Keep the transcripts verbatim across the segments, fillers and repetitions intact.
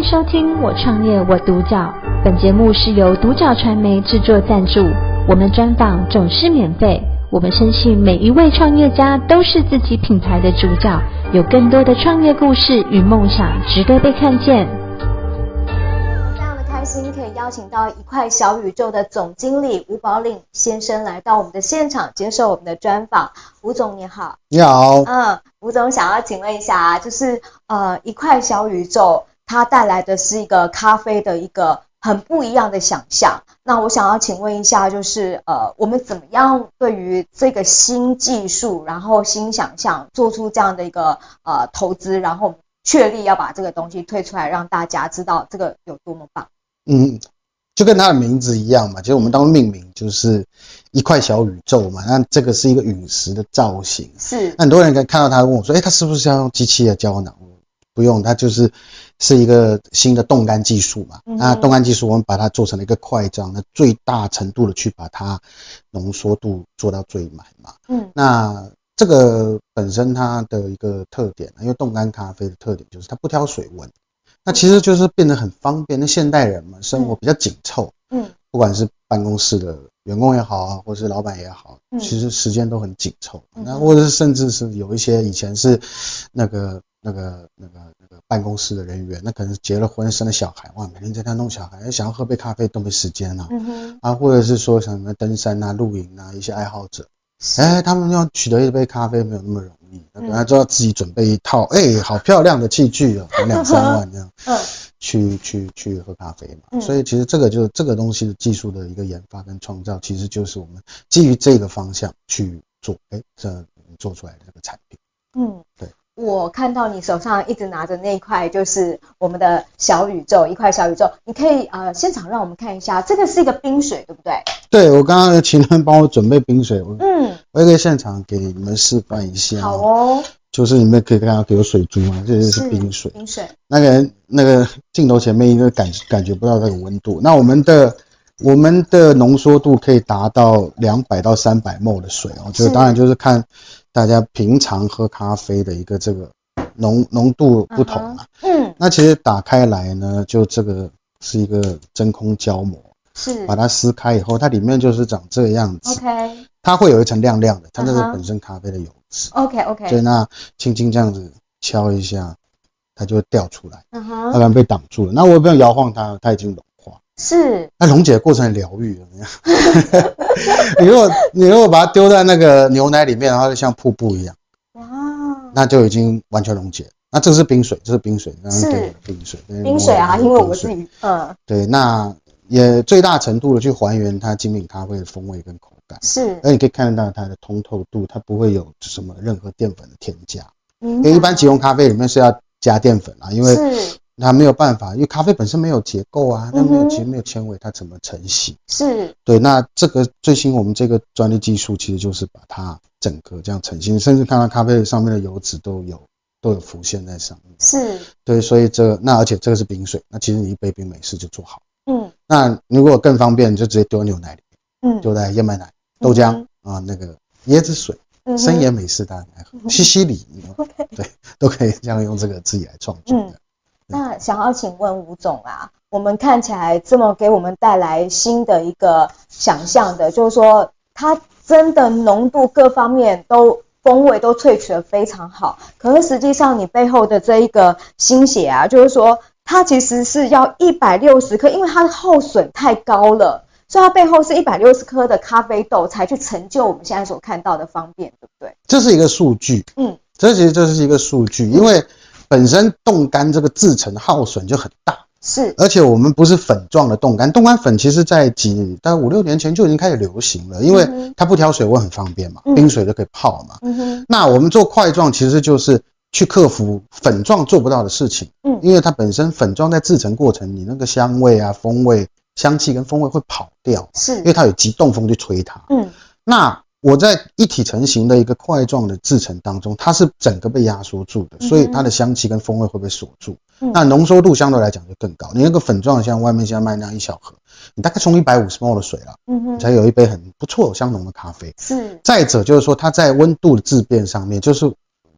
收听我创业我独角，本节目是由独角传媒制作赞助，我们专访总是免费，我们深信每一位创业家都是自己品牌的主角，有更多的创业故事与梦想值得被看见。 非常的开心可以邀请到一块小宇宙的总经理吴宝岭先生来到我们的现场接受我们的专访。吴总你好。 你好。 嗯，吴总想要请问一下啊，就是呃一块小宇宙它带来的是一个咖啡的一个很不一样的想象。那我想要请问一下，就是呃我们怎么样对于这个新技术，然后新想象做出这样的一个呃投资，然后确立要把这个东西推出来，让大家知道这个有多么棒。 嗯，就跟它的名字一样嘛，其实我们当命名就是一块小宇宙嘛，那这个是一个陨石的造型。 是。 很多人可以看到它问我说，诶，它是不是要用机器的胶囊？不用，它就是是一个新的冻干技术嘛。嗯、那冻干技术我们把它做成了一个块状，那最大程度的去把它浓缩度做到最满嘛。嗯，那这个本身它的一个特点，因为冻干咖啡的特点就是它不挑水温，那其实就是变得很方便。那现代人嘛，生活比较紧凑，嗯，不管是办公室的员工也好啊，或是老板也好，嗯、其实时间都很紧凑。嗯、那或者是甚至是有一些以前是那个。那个、那个、那个办公室的人员，那可能是结了婚、生了小孩，哇，每天在家弄小孩，想要喝杯咖啡都没时间啊。嗯哼。啊，或者是说什么登山啊、露营啊，一些爱好者，哎，他们要取得一杯咖啡没有那么容易，那他就要自己准备一套，哎、欸，好漂亮的器具哦，可能两三万这样，嗯，去去去喝咖啡嘛。嗯、所以其实这个就这个东西的技术的一个研发跟创造，其实就是我们基于这个方向去做，哎、欸，这做出来的这个产品。嗯，对。 我看到你手上一直拿着那一块，就是我们的小宇宙，一块小宇宙，你可以呃现场让我们看一下，这个是一个冰水，对不对？ 对，我刚刚请他们帮我准备冰水，嗯，我也可以现场给你们示范一下。 好哦， 就是你们可以看到有水珠嘛，这就是冰水。 冰水， 那个那个镜头前面应该感感觉不到这个温度。那我们的我们的浓缩度可以达到两百到三百 ml 的水哦，就当然就是看大家平常喝咖啡的一个这个浓浓度不同啊。嗯，那其实打开来呢，就这个是一个真空胶膜，是把它撕开以后，它里面就是长这样子。OK， 它会有一层亮亮的，它那是本身咖啡的油脂。 OK OK， 所以那轻轻这样子敲一下，它就会掉出来。嗯哼，它可能被挡住了。那我也不用摇晃它，它已经融化。是，那溶解的过程很疗愈，怎么样？你如果你如果把它丢在那个牛奶里面，然后就像瀑布一样，哇，那就已经完全溶解。那这是冰水，这是冰水，刚刚给我的冰水， 冰水啊，因为我自己，嗯， 对，那也最大程度的去还原它精品咖啡的风味跟口感。是，而你可以看得到它的通透度，它不会有什么任何淀粉的添加。因为一般即溶咖啡里面是要加淀粉啊，因为它没有办法，因为咖啡本身没有结构啊，那没有其实没有纤维，它怎么成型？是，对，那这个最新我们这个专利技术其实就是把它整个这样成型，甚至看到咖啡上面的油脂都有都有浮现在上面。是，对，所以这那而且这个是冰水，那其实你一杯冰美式就做好。嗯，那如果更方便，你就直接丢牛奶里面，嗯，丢在燕麦奶、豆浆、嗯、啊那个椰子水。生椰美式大家来喝，西西里，对，都可以这样用这个自己来创作的。嗯， 那想要请问吴总啊，我们看起来这么给我们带来新的一个想象的，就是说它真的浓度各方面都风味都萃取得非常好，可是实际上你背后的这一个心血啊，就是说它其实是要一百六十克，因为它的耗损太高了。所以它背后是一百六十颗的咖啡豆才去成就我们现在所看到的方便，对不对？ 这是一个数据，嗯，这其实这是一个数据，因为本身冻干这个制成耗损就很大，是，而且我们不是粉状的冻干，冻干粉其实在几大概五六年前就已经开始流行了，因为它不挑水温很方便嘛，嗯、冰水就可以泡嘛，嗯哼，那我们做块状其实就是去克服粉状做不到的事情，嗯，因为它本身粉状在制成过程，你那个香味啊、风味。香气跟风味会跑掉，是因为它有急冻风去吹它。嗯，那我在一体成型的一个块状的制成当中，它是整个被压缩住的，所以它的香气跟风味会被锁住。嗯，那浓缩度相对来讲就更高。你那个粉状像外面现在卖那样一小盒，你大概冲一百五十 ml 的水了，嗯哼，才有一杯很不错相浓的咖啡。是。再者就是说，它在温度的质变上面，就是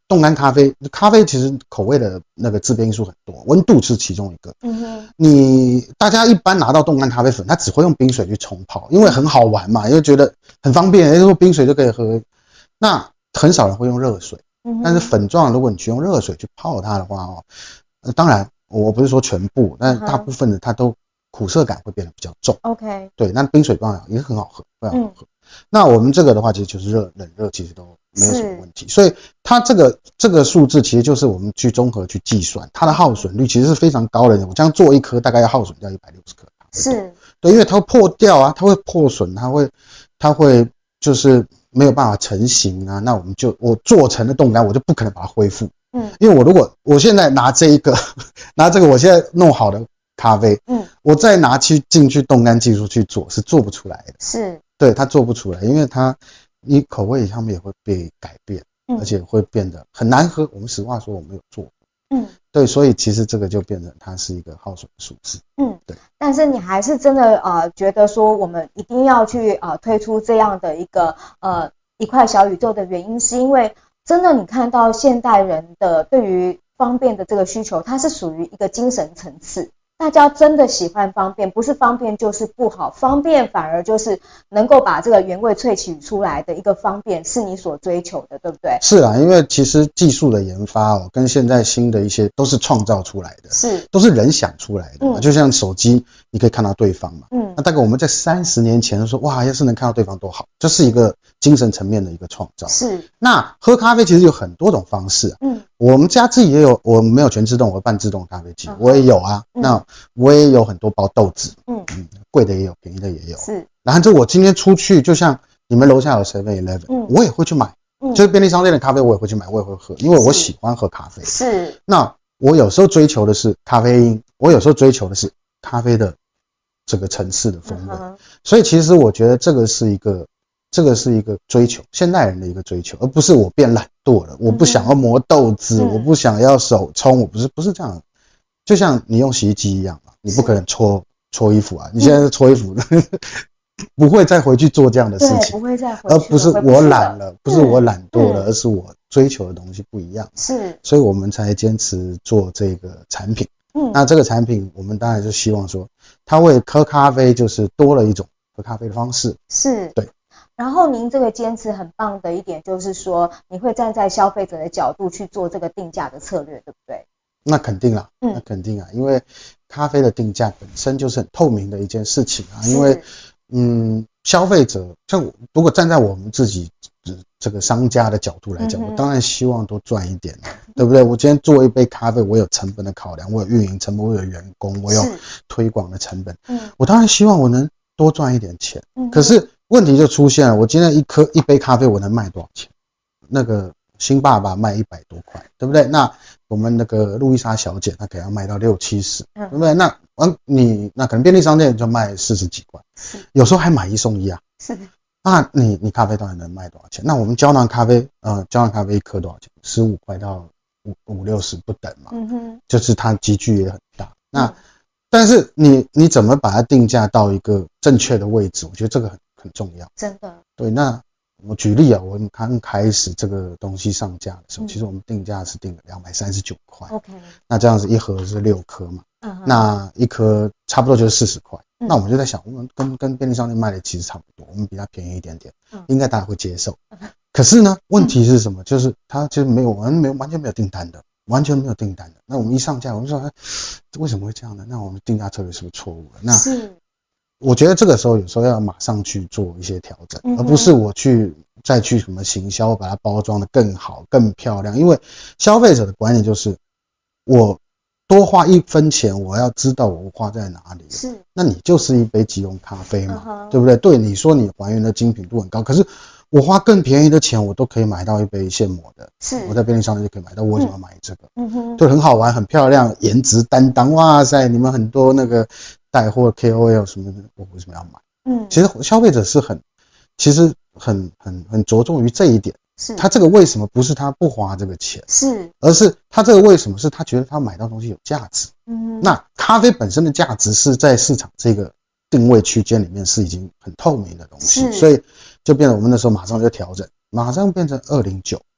冻干咖啡，咖啡其实口味的那个致变因素很多，温度是其中一个。嗯哼，你大家一般拿到冻干咖啡粉，他只会用冰水去冲泡，因为很好玩嘛，因为觉得很方便，因为冰水就可以喝。那很少人会用热水，嗯、但是粉状如果你去用热水去泡它的话哦，呃、当然我不是说全部，但是大部分的它都苦涩感会变得比较重。OK， 对，那冰水当然也很好喝，非常好喝。嗯，那我们这个的话，其实就是热冷热其实都没有什么问题，所以它这个这个数字其实就是我们去综合去计算，它的耗损率其实是非常高的。我这样做一颗大概要耗损掉一百六十克，是，对，因为它会破掉啊，它会破损，它会它会就是没有办法成型啊。那我们就我做成的冻干，我就不可能把它恢复，嗯，因为我如果我现在拿这一个拿这个我现在弄好的咖啡，嗯，我再拿去进去冻干技术去做是做不出来的，是。对，它做不出来，因为它你口味上面也会被改变，嗯，而且会变得很难喝。我们实话说，我没有做，嗯，对，所以其实这个就变成它是一个耗损的数字，嗯，对。 但是你还是真的呃觉得说我们一定要去呃推出这样的一个呃一块小宇宙的原因，是因为真的你看到现代人的对于方便的这个需求，它是属于一个精神层次。大家真的喜欢方便，不是方便就是不好，方便反而就是能够把这个原味萃取出来的一个方便，是你所追求的，对不对？ 是啊，因为其实技术的研发哦，跟现在新的一些都是创造出来的，是，都是人想出来的，嗯，就像手机，你可以看到对方嘛，嗯，那大概我们在三十年前说，哇，要是能看到对方多好，这是一个精神层面的一个创造。是，那喝咖啡其实有很多种方式啊，嗯，我们家自己也有，我没有全自动，我半自动咖啡机，嗯，我也有啊，嗯，那我也有很多包豆子，嗯嗯，贵的也有，便宜的也有，是。然后我今天出去，就像你们楼下有 seven eleven，嗯，我也会去买，嗯，就是便利商店的咖啡我也会去买，我也会喝，因为我喜欢喝咖啡。是。那我有时候追求的是咖啡因，我有时候追求的是咖啡的这个层次的风味，嗯，所以其实我觉得这个是一个，这个是一个追求，现代人的一个追求，而不是我变懒惰了，我不想要磨豆子，嗯，我不想要手冲，我不是不是这样的。就像你用洗衣机一样嘛，你不可能搓搓衣服啊，你现在是搓衣服，嗯，不会再回去做这样的事情， 不会再回去， 而不是我懒了，不是我懒惰了，嗯，而是我追求的东西不一样，是，所以我们才坚持做这个产品。嗯，那这个产品我们当然就希望说，它为喝咖啡就是多了一种喝咖啡的方式， 是， 对。 然后您这个坚持很棒的一点就是说，你会站在消费者的角度去做这个定价的策略，对不对？ 那肯定啦，那肯定啊，因为咖啡的定价本身就是很透明的一件事情啊，因为嗯，消费者像我如果站在我们自己这个商家的角度来讲，嗯，我当然希望多赚一点，对不对？我今天做一杯咖啡，我有成本的考量，我有运营成本，我有员工，我有推广的成本，嗯，我当然希望我能多赚一点钱，嗯，可是问题就出现了，我今天一颗一杯咖啡我能卖多少钱？那个新爸爸卖一百多块，对不对？那我们那个路易莎小姐她可能要卖到六七十，对不对？那完你那可能便利商店就卖四十几块，有时候还买一送一啊。是。那你你咖啡到底能卖多少钱？那我们胶囊咖啡，呃，胶囊咖啡一颗多少钱？十五块到五五六十不等嘛。嗯哼。就是它集聚也很大。那、嗯、但是你你怎么把它定价到一个正确的位置？我觉得这个很很重要。 真的。对， 那。我举例啊，我们刚开始这个东西上架的时候，嗯，其实我们定价是定了两百三十九块。OK， 那这样子一盒是六颗嘛，嗯，那一颗差不多就是四十块。嗯，那我们就在想，我们跟跟便利商店卖的其实差不多，我们比它便宜一点点，嗯，应该大家会接受。嗯，可是呢，问题是什么？嗯，就是它其实没有完没有完全没有订单的，完全没有订单的。那我们一上架，我们说为什么会这样呢？那我们定价策略是不是错误了？那是。我觉得这个时候有时候要马上去做一些调整，嗯，而不是我去再去什么行销把它包装的更好更漂亮，因为消费者的观念就是我多花一分钱我要知道我花在哪里，是，那你就是一杯即溶咖啡嘛，嗯，对不对？对，你说你还原的精品度很高，可是我花更便宜的钱我都可以买到一杯现磨的，是，我在便利商店就可以买到，我为什么要买这个？嗯哼，就很好玩很漂亮，颜值担当，哇塞，你们很多那个带货 K O L 什么的，我为什么要买？嗯，其实消费者是很，其实很很很着重于这一点。是，他这个为什么不是他不花这个钱？是，而是他这个为什么是他觉得他买到东西有价值。嗯，那咖啡本身的价值是在市场这个定位区间里面是已经很透明的东西，所以就变成我们那时候马上就调整，马上变成二零九。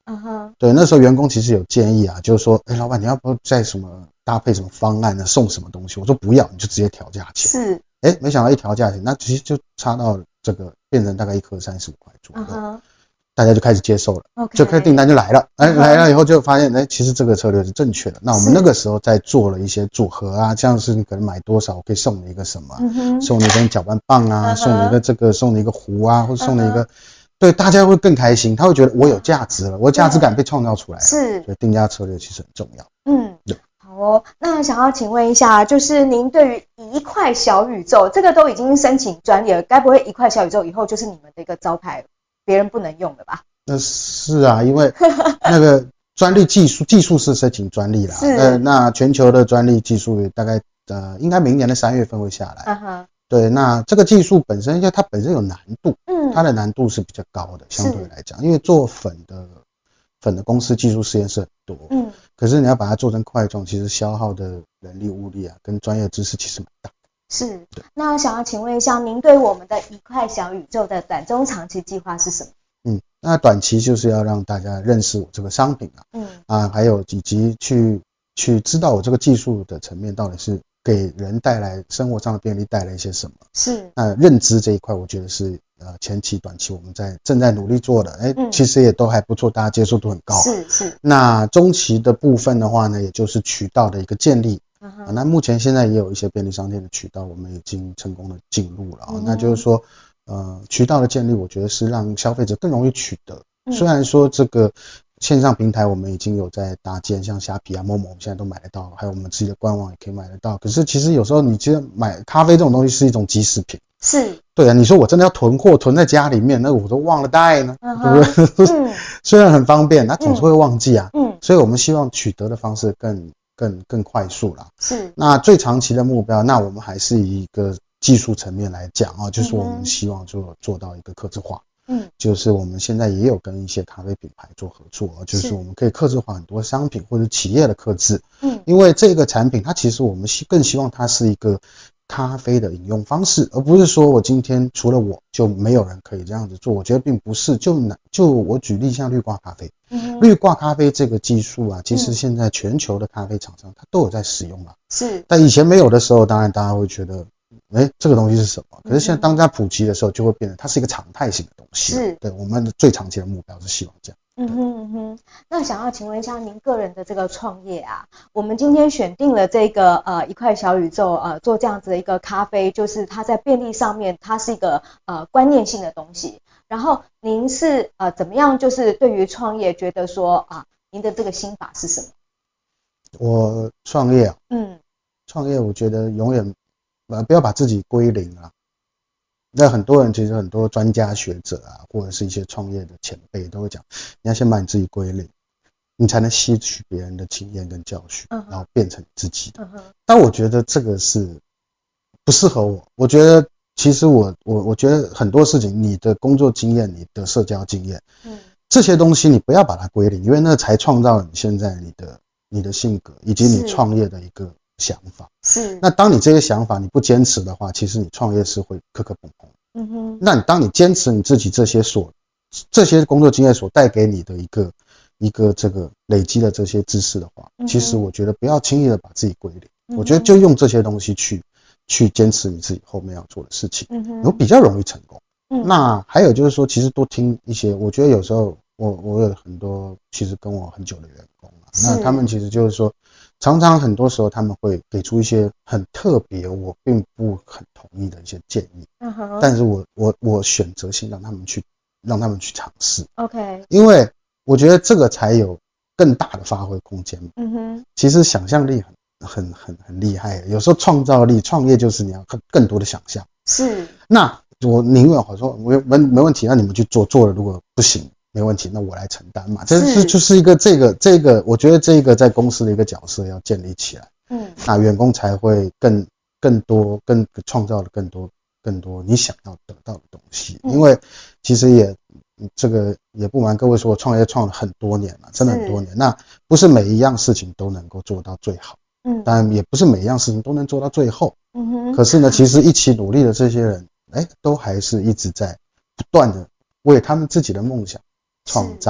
嗯哼， 对，那时候员工其实有建议啊，就是说，哎，老板你要不要再什么搭配什么方案呢？送什么东西？我说不要，你就直接调价钱。 是， 哎，没想到一调价钱，那其实就差到这个变成大概一颗三十五块左右。 嗯哼， 大家就开始接受了， OK 就开始订单就来了，哎、 嗯哼来了以后就发现，哎，其实这个策略是正确的。那我们那个时候在做了一些组合啊，像是你可能买多少，我可以送你一个什么， 嗯哼， 送你一根搅拌棒啊， 嗯哼送你一个这个，送你一个壶啊，或者送你一个， 嗯对，大家会更开心，他会觉得我有价值了，我价值感被创造出来了。 是， 所以定价策略其实很重要。 嗯， 对。 好哦，那想要请问一下，就是您对于一块小宇宙这个都已经申请专利了，该不会一块小宇宙以后就是你们的一个招牌，别人不能用的吧？ 那是啊，因为那个专利技术技术是申请专利啦，呃，那全球的专利技术大概呃应该明年的三月份会下来。 嗯哼， 对，那这个技术本身，因为它本身有难度， 嗯， 它的难度是比较高的，相对来讲，因为做粉的粉的公司技术实验室很多， 嗯， 可是你要把它做成块状，其实消耗的人力物力啊，跟专业知识其实蛮大。 是，那想要请问一下，您对我们的一块小宇宙的短中长期计划是什么？ 嗯，那短期就是要让大家认识我这个商品啊， 嗯， 啊，还有以及去去知道我这个技术的层面到底是给人带来生活上的便利带来一些什么。 是， 那认知这一块，我觉得是呃前期短期我们在正在努力做的，哎、 嗯， 其实也都还不错，大家接受度很高。 是是。 那中期的部分的话呢，也就是渠道的一个建立。 嗯啊、那目前现在也有一些便利商店的渠道，我们已经成功的进入了、 嗯、 那就是说，呃，渠道的建立，我觉得是让消费者更容易取得。 嗯、 虽然说这个线上平台我们已经有在搭建，像虾皮啊、某某，我们现在都买得到，还有我们自己的官网也可以买得到。可是其实有时候你其实买咖啡这种东西是一种即时品。 是。 对啊，你说我真的要囤货囤在家里面，那我都忘了带呢， 嗯、 对不对？ 嗯、 虽然很方便，它总是会忘记啊。 嗯。 所以我们希望取得的方式更更更快速啦。 是。 那最长期的目标，那我们还是以一个技术层面来讲啊，就是我们希望做做到一个客制化。嗯，就是我们现在也有跟一些咖啡品牌做合作，就是我们可以客制化很多商品或者企业的客制。嗯，因为这个产品它其实我们更希望它是一个咖啡的饮用方式，而不是说我今天除了我就没有人可以这样子做。我觉得并不是，就就我举例像滤挂咖啡，嗯、滤挂咖啡这个技术啊，其实现在全球的咖啡厂商它都有在使用了。是，但以前没有的时候，当然大家会觉得，哎，这个东西是什么？可是现在当它普及的时候，就会变成它是一个常态性的东西。是，对，我们的最长期的目标是希望这样。 嗯哼嗯哼，那想要请问一下您个人的这个创业啊，我们今天选定了这个呃一块小宇宙呃做这样子的一个咖啡，就是它在便利上面它是一个呃观念性的东西。然后您是呃怎么样就是对于创业觉得说啊您的这个心法是什么？ 我创业啊， 嗯， 创业我觉得永远呃不要把自己归零啊。那很多人其实很多专家学者啊，或者是一些创业的前辈都会讲，你要先把你自己归零，你才能吸取别人的经验跟教训，然后变成自己的。但我觉得这个是不适合我。我觉得其实我我我觉得很多事情，你的工作经验、你的社交经验，嗯，这些东西你不要把它归零，因为那才创造你现在你的你的性格以及你创业的一个想法。是，那当你这些想法你不坚持的话，其实你创业是会磕磕碰碰。嗯哼，那你当你坚持你自己这些所这些工作经验所带给你的一个一个这个累积的这些知识的话，嗯、其实我觉得不要轻易的把自己归零。嗯、我觉得就用这些东西去去坚持你自己后面要做的事情，嗯哼，有比较容易成功。嗯，那还有就是说，其实多听一些，我觉得有时候我我有很多其实跟我很久的员工啊，那他们其实就是说。常常很多时候他们会给出一些很特别我并不很同意的一些建议，嗯哼，但是我我我选择性让他们去让他们去尝试 ，OK， 因为我觉得这个才有更大的发挥空间。嗯哼，其实想象力很很很很厉害，有时候创造力创业就是你要更多的想象。是，那我宁愿我说没没没问题，那你们去做做了，如果不行。没问题，那我来承担嘛。这是就是一个这个这个，我觉得这个在公司的一个角色要建立起来，嗯，那员工才会更更多更创造了更多更多你想要得到的东西。嗯、因为其实也这个也不瞒各位说，我创业创了很多年了，真的很多年。那不是每一样事情都能够做到最好，嗯，当然也不是每一样事情都能做到最后，嗯哼。可是呢，其实一起努力的这些人，哎，都还是一直在不断的为他们自己的梦想。创造嘛，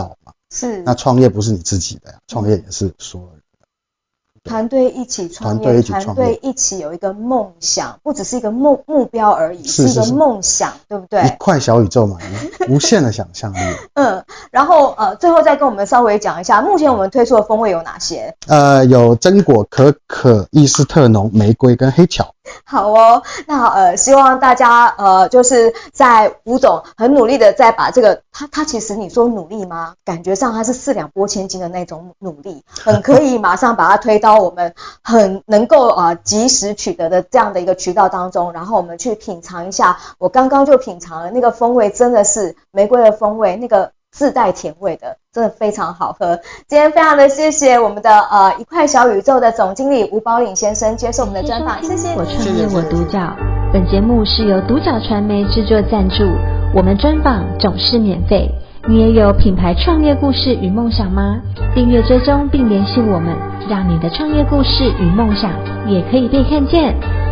是。 那创业不是你自己的呀，创业也是所有人。 团队一起创业， 团队一起创业， 团队一起有一个梦想，不只是一个目目标而已， 是是是一个梦想，对不对？ 一块小宇宙嘛，无限的想象力。 嗯，然后呃，最后再跟我们稍微讲一下，目前我们推出的风味有哪些？ 呃，有榛果、可可、伊斯特浓、玫瑰跟黑巧。 好哦，那呃，希望大家呃，就是在吴总很努力的在把这个，他他其实你说努力吗？感觉上他是四两拨千斤的那种努力，很可以马上把它推到我们很能够呃及时取得的这样的一个渠道当中，然后我们去品尝一下。我刚刚就品尝了那个风味，真的是玫瑰的风味，那个自带甜味的，真的非常好喝。今天非常的谢谢我们的呃一块小宇宙的总经理吴宝岭先生接受我们的专访，谢谢你。 我创业我独角，本节目是由独角传媒制作赞助，我们专访总是免费。你也有品牌创业故事与梦想吗？订阅追踪并联系我们，让你的创业故事与梦想也可以被看见。